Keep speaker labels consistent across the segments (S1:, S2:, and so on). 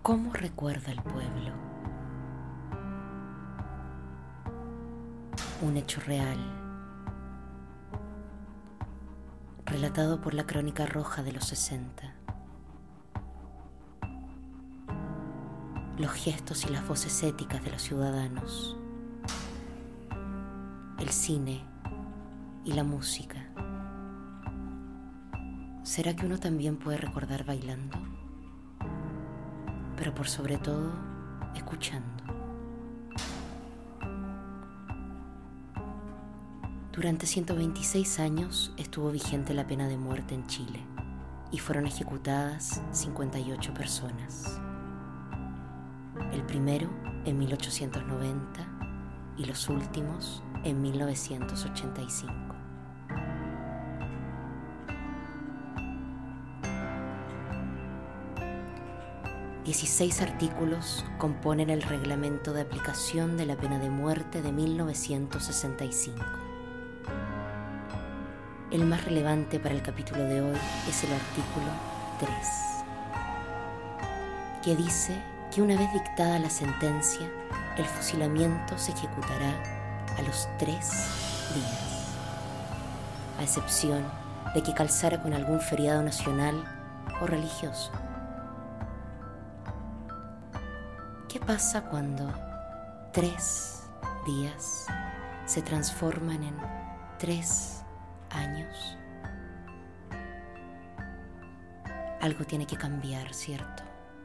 S1: ¿Cómo recuerda el pueblo? Un hecho real, relatado por la Crónica Roja de los 60. Los gestos y las voces éticas de los ciudadanos, el cine y la música. ¿Será que uno también puede recordar bailando? Pero por sobre todo, escuchando. Durante 126 años estuvo vigente la pena de muerte en Chile y fueron ejecutadas 58 personas. El primero en 1890 y los últimos en 1985. Dieciséis artículos componen el reglamento de aplicación de la pena de muerte de 1965. El más relevante para el capítulo de hoy es el artículo 3, que dice que una vez dictada la sentencia, el fusilamiento se ejecutará a los 3 días, a excepción de que calzara con algún feriado nacional o religioso. ¿Qué pasa cuando 3 días se transforman en 3 años? Algo tiene que cambiar, ¿cierto?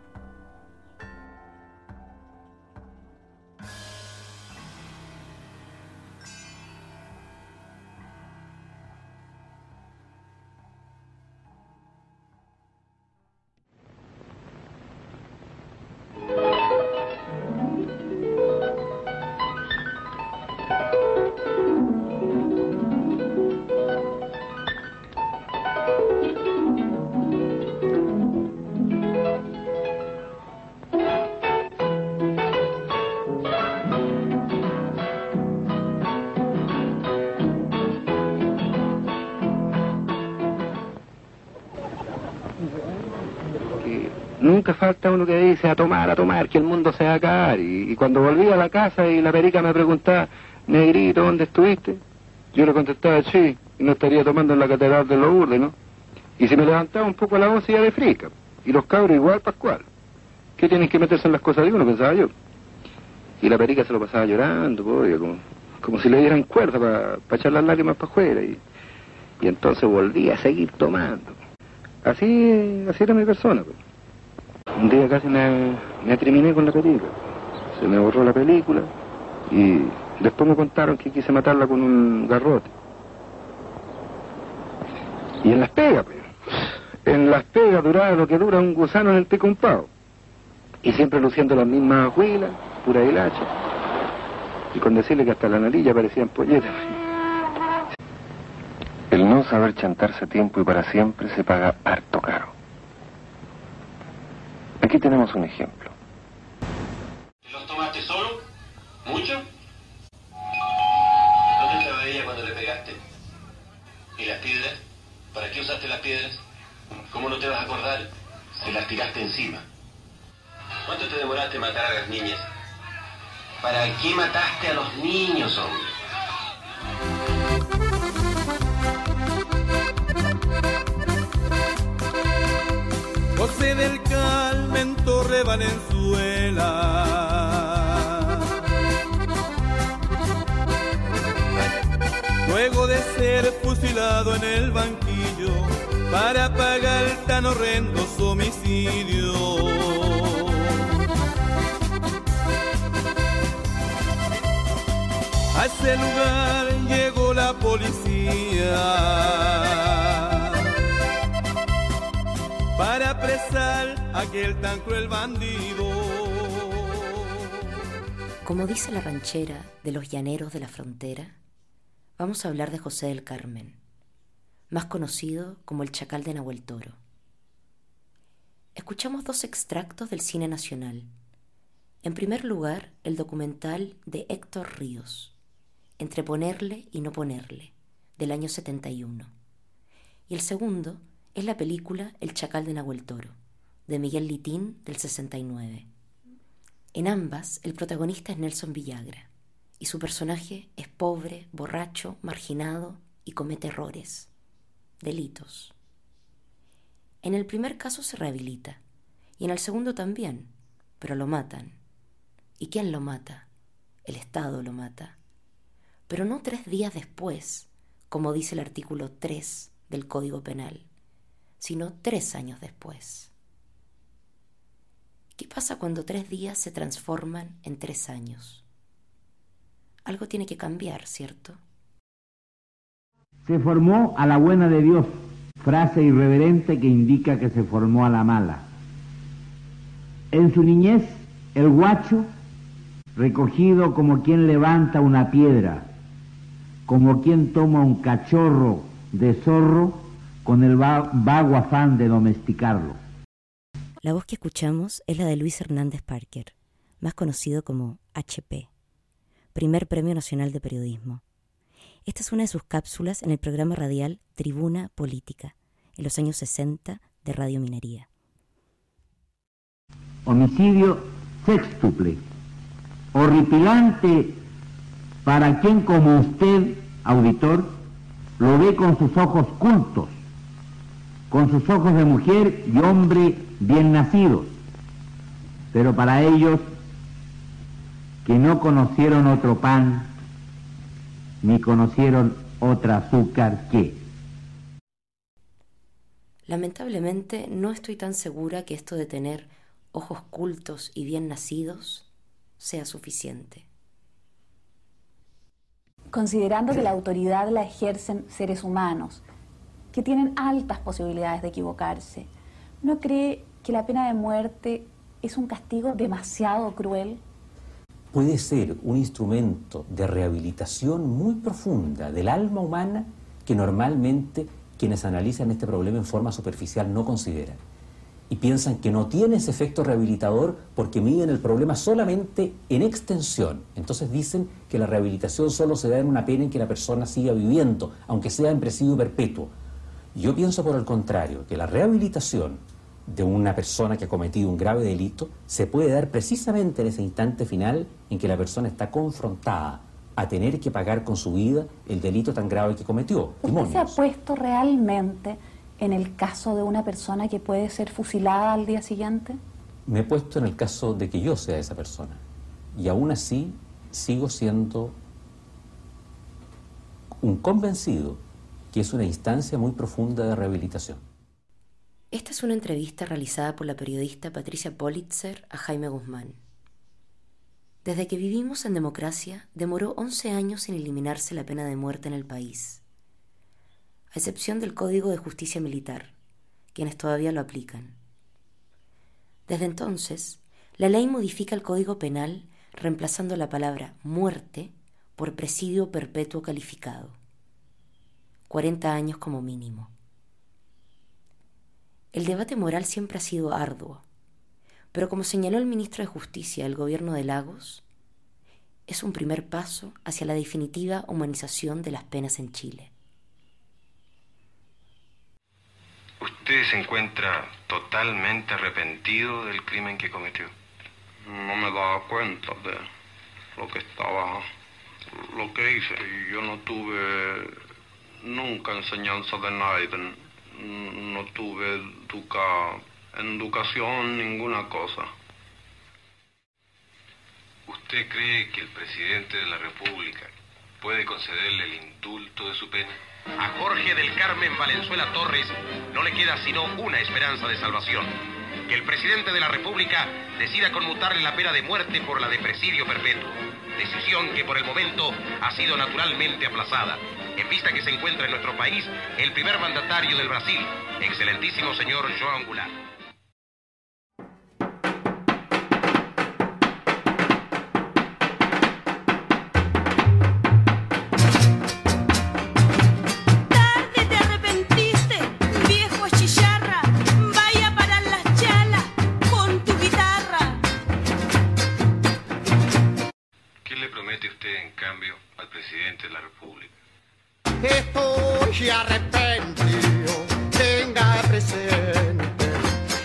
S2: Nunca falta uno que dice a tomar, que el mundo se va a acabar. Y cuando volví a la casa y la perica me preguntaba, negrito, ¿dónde estuviste? Yo le contestaba, sí, y no estaría tomando en la catedral de Lourdes, ¿no? Y se me levantaba un poco la voz ya de frica. Y los cabros igual, Pascual. ¿Qué tienen que meterse en las cosas de uno? Pensaba yo. Y la perica se lo pasaba llorando, pobre, como si le dieran cuerda para echar las lágrimas para afuera. Y entonces volví a seguir tomando. Así era mi persona, pues. Un día casi me terminé con la película. Se me borró la película y después me contaron que quise matarla con un garrote. Y en las pegas, pues. En las pegas duraba lo que dura un gusano en el pico un pavo. Y siempre luciendo las mismas ajuelas, pura hilacha. Y con decirle que hasta la nariz ya parecían polletas.
S3: El no saber chantarse a tiempo y para siempre se paga harto caro. Aquí tenemos un ejemplo.
S4: ¿Los tomaste solo? ¿Mucho? ¿Dónde estaba ella cuando le pegaste? ¿Y las piedras? ¿Para qué usaste las piedras? ¿Cómo no te vas a acordar si las tiraste encima? ¿Cuánto te demoraste en matar a las niñas? ¿Para qué mataste a los niños, hombre?
S5: José del Carmen Torre Valenzuela, luego de ser fusilado en el banquillo para pagar tan horrendos homicidios, a ese lugar llegó la policía para apresar a aquel tan cruel bandido.
S1: Como dice la ranchera de los llaneros de la frontera, vamos a hablar de José del Carmen, más conocido como el Chacal de Nahuel Toro. Escuchamos 2 extractos del cine nacional. En primer lugar, el documental de Héctor Ríos, Entre ponerle y no ponerle, del año 71. Y el segundo es la película El Chacal de Nahuel Toro, de Miguel Litín, del 69. En ambas, el protagonista es Nelson Villagra, y su personaje es pobre, borracho, marginado y comete errores, delitos. En el primer caso se rehabilita, y en el segundo también, pero lo matan. ¿Y quién lo mata? El Estado lo mata. Pero no 3 días después, como dice el artículo 3 del Código Penal, sino 3 años después. ¿Qué pasa cuando 3 días se transforman en 3 años? Algo tiene que cambiar, ¿cierto?
S6: Se formó a la buena de Dios, frase irreverente que indica que se formó a la mala. En su niñez, el guacho, recogido como quien levanta una piedra, como quien toma un cachorro de zorro con el vago afán de domesticarlo.
S1: La voz que escuchamos es la de Luis Hernández Parker, más conocido como HP, Primer Premio Nacional de Periodismo. Esta es una de sus cápsulas en el programa radial Tribuna Política, en los años 60 de Radio Minería.
S6: Homicidio sextuple, horripilante para quien como usted, auditor, lo ve con sus ojos cultos, con sus ojos de mujer y hombre bien nacidos, pero para ellos que no conocieron otro pan, ni conocieron otra azúcar que...
S1: Lamentablemente no estoy tan segura que esto de tener ojos cultos y bien nacidos sea suficiente.
S7: Considerando que la autoridad la ejercen seres humanos, que tienen altas posibilidades de equivocarse, ¿no cree que la pena de muerte es un castigo demasiado cruel?
S8: Puede ser un instrumento de rehabilitación muy profunda del alma humana que normalmente quienes analizan este problema en forma superficial no consideran. Y piensan que no tiene ese efecto rehabilitador porque miden el problema solamente en extensión. Entonces dicen que la rehabilitación solo se da en una pena en que la persona siga viviendo, aunque sea en presidio perpetuo. Yo pienso por el contrario, que la rehabilitación de una persona que ha cometido un grave delito se puede dar precisamente en ese instante final en que la persona está confrontada a tener que pagar con su vida el delito tan grave que cometió.
S7: ¿Usted se ha puesto realmente en el caso de una persona que puede ser fusilada al día siguiente?
S8: Me he puesto en el caso de que yo sea esa persona. Y aún así sigo siendo un convencido que es una instancia muy profunda de rehabilitación.
S1: Esta es una entrevista realizada por la periodista Patricia Politzer a Jaime Guzmán. Desde que vivimos en democracia, demoró 11 años en eliminarse la pena de muerte en el país, a excepción del Código de Justicia Militar, quienes todavía lo aplican. Desde entonces, la ley modifica el Código Penal reemplazando la palabra muerte por presidio perpetuo calificado. 40 años como mínimo. El debate moral siempre ha sido arduo, pero como señaló el ministro de Justicia del gobierno de Lagos, es un primer paso hacia la definitiva humanización de las penas en Chile.
S3: ¿Usted se encuentra totalmente arrepentido del crimen que cometió?
S9: No me daba cuenta de lo que hice. Yo no tuve nunca enseñanza de nadie, no tuve educación, ninguna cosa.
S3: ¿Usted cree que el presidente de la República puede concederle el indulto de su pena?
S4: A Jorge del Carmen Valenzuela Torres no le queda sino una esperanza de salvación: que el presidente de la República decida conmutarle la pena de muerte por la de presidio perpetuo, decisión que por el momento ha sido naturalmente aplazada, en vista que se encuentra en nuestro país el primer mandatario del Brasil, excelentísimo señor João Goulart.
S3: Presidente de la República.
S10: Estoy arrepentido, tenga presente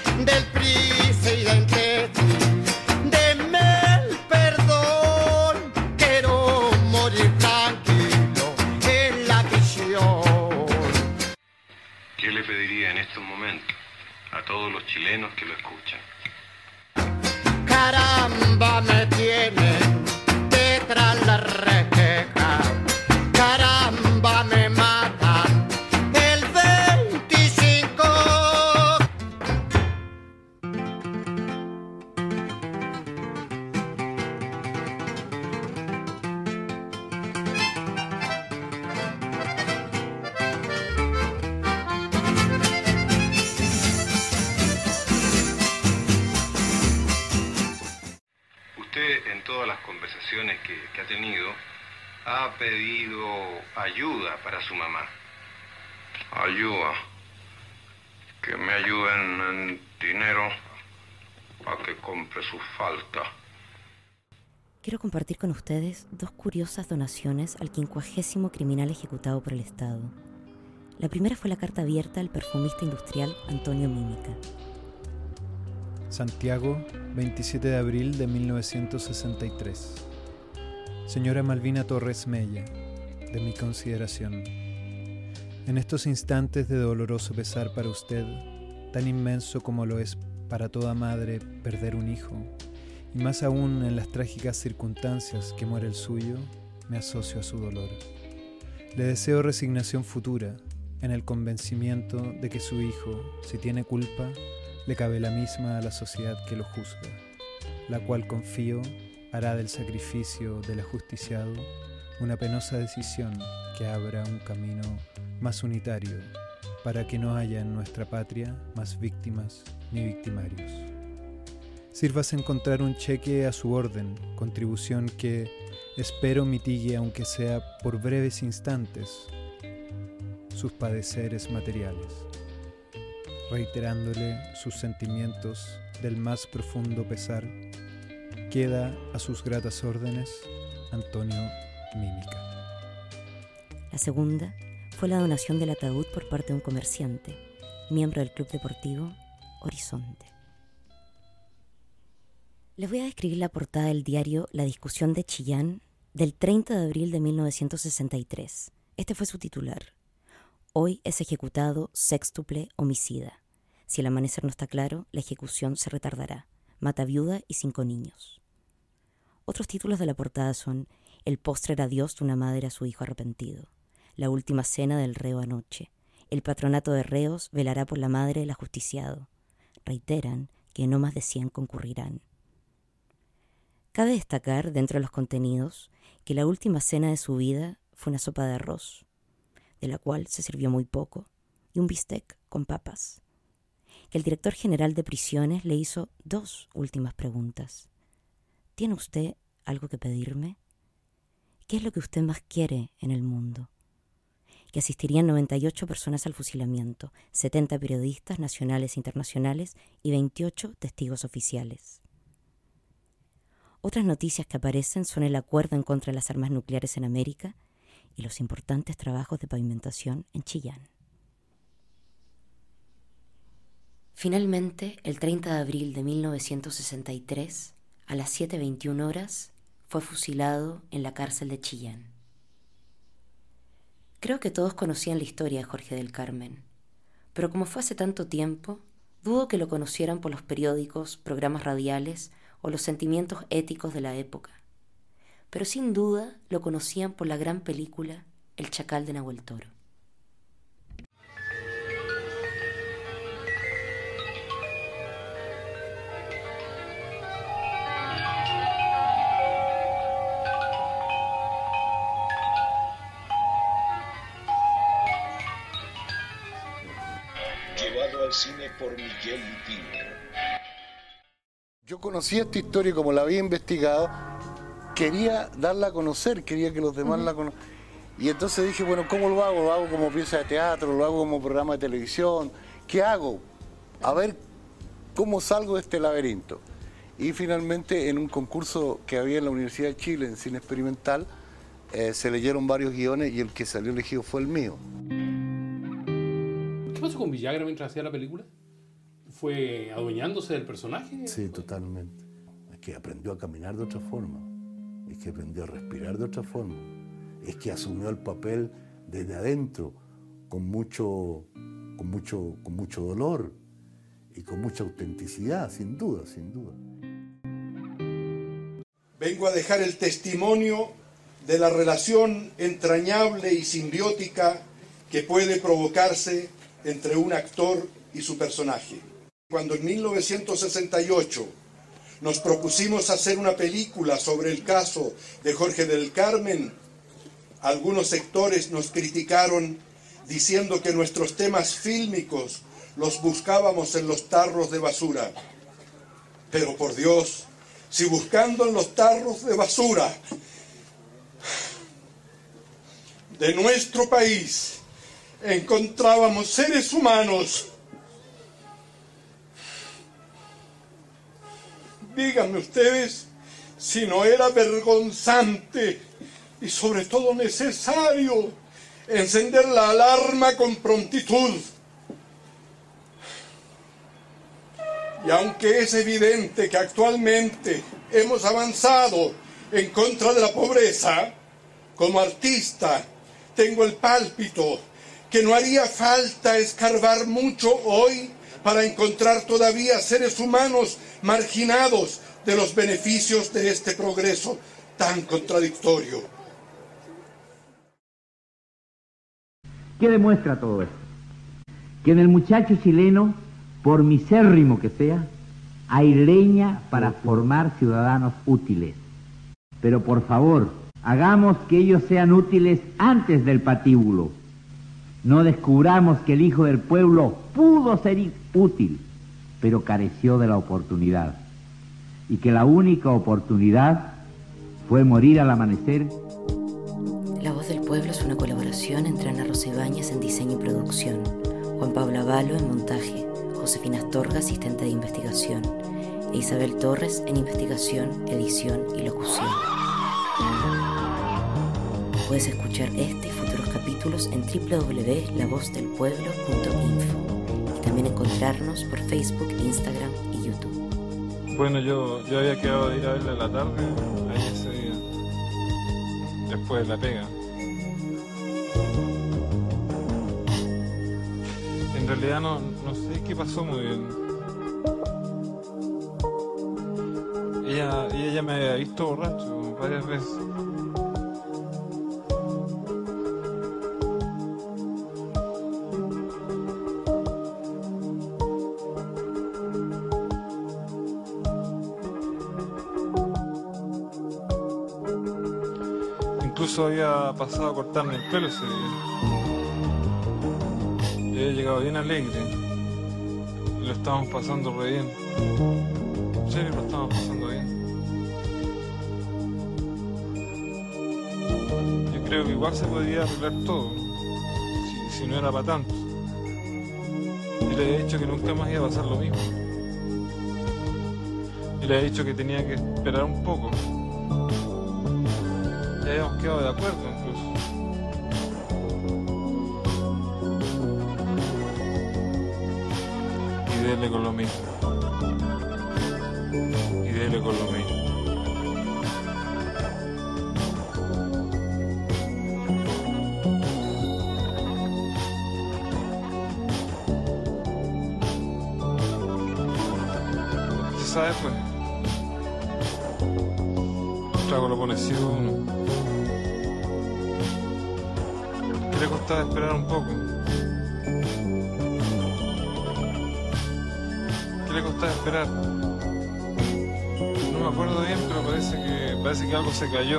S3: momento, a todos los chilenos que lo escuchan.
S10: Caramba, me tienen detrás la requeja. Caramba, me matan el 25.
S3: Usted, en todas las conversaciones que ha tenido, ha pedido ayuda para su mamá.
S9: Ayuda. Que me ayuden en dinero para que compre sus faltas.
S1: Quiero compartir con ustedes dos curiosas donaciones al 50º criminal ejecutado por el Estado. La primera fue la carta abierta al perfumista industrial Antonio Mímica.
S11: Santiago, 27 de abril de 1963. Señora Malvina Torres Mella, de mi consideración. En estos instantes de doloroso pesar para usted, tan inmenso como lo es para toda madre perder un hijo, y más aún en las trágicas circunstancias que muere el suyo, me asocio a su dolor. Le deseo resignación futura, en el convencimiento de que su hijo, si tiene culpa, le cabe la misma a la sociedad que lo juzga, la cual confío hará del sacrificio del ajusticiado una penosa decisión que abra un camino más unitario para que no haya en nuestra patria más víctimas ni victimarios. Sírvase encontrar un cheque a su orden, contribución que espero mitigue, aunque sea por breves instantes, sus padeceres materiales. Reiterándole sus sentimientos del más profundo pesar, queda a sus gratas órdenes Antonio Mímica.
S1: La segunda fue la donación del ataúd por parte de un comerciante, miembro del club deportivo Horizonte. Les voy a describir la portada del diario La Discusión de Chillán del 30 de abril de 1963. Este fue su titular. Hoy es ejecutado sextuple homicida. Si el amanecer no está claro, la ejecución se retardará. Mata viuda y 5 niños. Otros títulos de la portada son El postrer adiós de una madre a su hijo arrepentido, La última cena del reo anoche, El patronato de reos velará por la madre del ajusticiado. Reiteran que no más de 100 concurrirán. Cabe destacar, dentro de los contenidos, que la última cena de su vida fue una sopa de arroz, de la cual se sirvió muy poco, y un bistec con papas. Que el director general de prisiones le hizo 2 últimas preguntas. ¿Tiene usted algo que pedirme? ¿Qué es lo que usted más quiere en el mundo? Que asistirían 98 personas al fusilamiento, 70 periodistas nacionales e internacionales y 28 testigos oficiales. Otras noticias que aparecen son el acuerdo en contra de las armas nucleares en América y los importantes trabajos de pavimentación en Chillán. Finalmente, el 30 de abril de 1963, a las 7:21 horas, fue fusilado en la cárcel de Chillán. Creo que todos conocían la historia de Jorge del Carmen, pero como fue hace tanto tiempo, dudo que lo conocieran por los periódicos, programas radiales o los sentimientos éticos de la época. Pero sin duda lo conocían por la gran película El Chacal de Nahuel Toro.
S12: Llevado al cine por Miguel Lupino.
S13: Yo conocí esta historia y como la había investigado, quería darla a conocer, quería que los demás la conozcan. Y entonces dije, bueno, ¿cómo lo hago? ¿Lo hago como pieza de teatro? ¿Lo hago como programa de televisión? ¿Qué hago? A ver cómo salgo de este laberinto. Y finalmente, en un concurso que había en la Universidad de Chile, en cine experimental, se leyeron varios guiones y el que salió elegido fue el mío.
S14: ¿Qué pasó con Villagra mientras hacía la película? ¿Fue adueñándose del personaje?
S13: Sí, totalmente. Es que aprendió a caminar de otra forma. Es que aprendió a respirar de otra forma. Es que asumió el papel desde adentro, con mucho con mucho dolor y con mucha autenticidad, sin duda, sin duda.
S15: Vengo a dejar el testimonio de la relación entrañable y simbiótica que puede provocarse entre un actor y su personaje. Cuando en 1968 nos propusimos hacer una película sobre el caso de Jorge del Carmen, algunos sectores nos criticaron diciendo que nuestros temas fílmicos los buscábamos en los tarros de basura. Pero por Dios, si buscando en los tarros de basura de nuestro país encontrábamos seres humanos, díganme ustedes si no era vergonzante y sobre todo necesario encender la alarma con prontitud. Y aunque es evidente que actualmente hemos avanzado en contra de la pobreza, como artista tengo el pálpito que no haría falta escarbar mucho hoy para encontrar todavía seres humanos marginados de los beneficios de este progreso tan contradictorio.
S6: ¿Qué demuestra todo esto? Que en el muchacho chileno, por misérrimo que sea, hay leña para formar ciudadanos útiles. Pero por favor, hagamos que ellos sean útiles antes del patíbulo. No descubramos que el hijo del pueblo pudo ser útil, pero careció de la oportunidad. Y que la única oportunidad fue morir al amanecer.
S1: La Voz del Pueblo es una colaboración entre Ana Rosa Ibáñez en diseño y producción, Juan Pablo Avalo en montaje, Josefina Astorga, asistente de investigación, e Isabel Torres en investigación, edición y locución. Puedes escuchar este y futuros capítulos en www.lavozdelpueblo.info y también encontrarnos por Facebook, Instagram y YouTube.
S16: Bueno, yo había quedado de ir a verla en la tarde, ahí ese día, después de la pega. En realidad no sé qué pasó muy bien. Ella ya me había visto borracho varias veces. Incluso había pasado a cortarme el pelo ese día. Y había llegado bien alegre. Y lo estábamos pasando re bien. En serio, lo estábamos pasando bien. Yo creo que igual se podría arreglar todo, si no era para tanto. Y le he dicho que nunca más iba a pasar lo mismo. Y le he dicho que tenía que esperar un poco. Ya habíamos quedado de acuerdo incluso. Y dele con lo mismo. Y dele con lo mismo. ¿Usted sabe pues? El trago lo pone ciego uno. ¿Qué le costaba esperar un poco? ¿Qué le costaba esperar? No me acuerdo bien, pero parece que algo se cayó.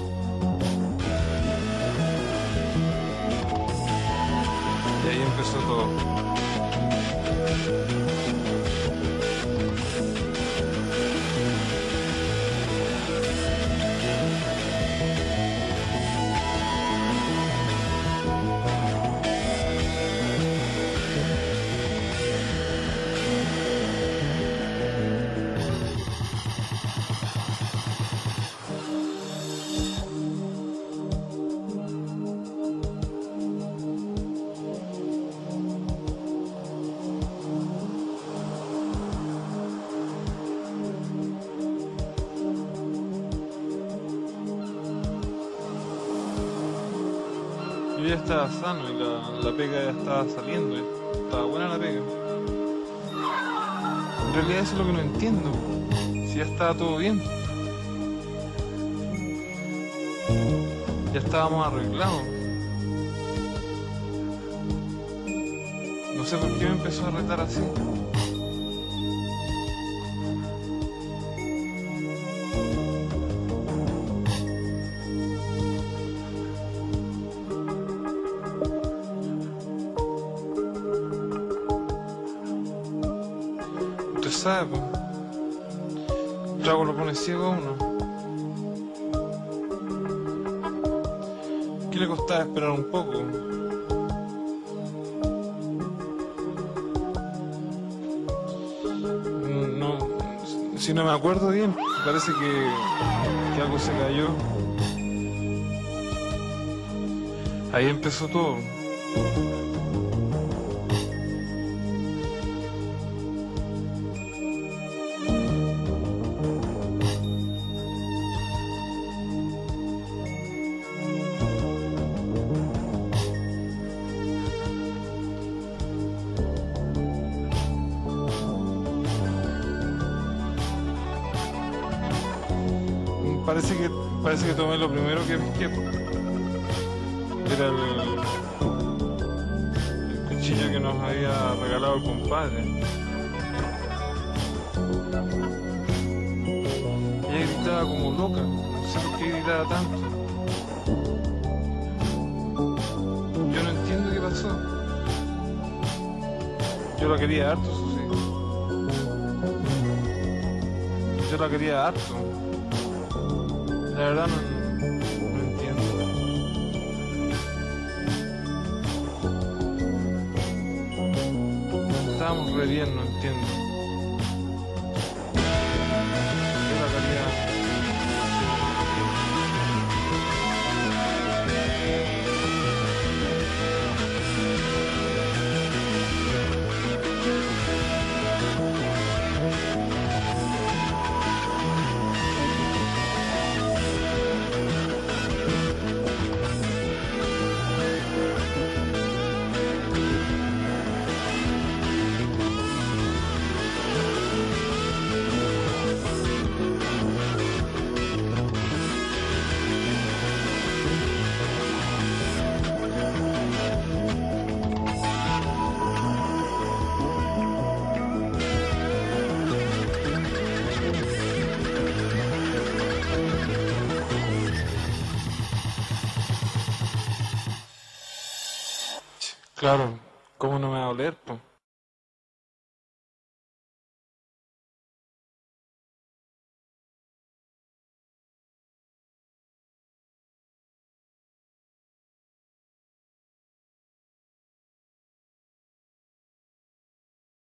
S16: Y ahí empezó todo. Yo ya estaba sano y la pega ya estaba saliendo. estaba buena la pega. En realidad eso es lo que no entiendo. Si ya estaba todo bien. Ya estábamos arreglados. No sé por qué me empezó a retar así. Usted sabe, pues, el trago lo pone ciego a uno. ¿Qué le costaba esperar un poco? No, si no me acuerdo bien, parece que algo se cayó. Ahí empezó todo. Parece que tomé lo primero que pesqué. Era el cuchillo que nos había regalado el compadre. Ella gritaba como loca, no sé por qué gritaba tanto. Yo no entiendo qué pasó. Yo la quería harto, eso sí. Yo la quería harto. La verdad no entiendo. Estábamos re bien, no entiendo. Yo la quería. Claro, ¿cómo no me va a doler, po?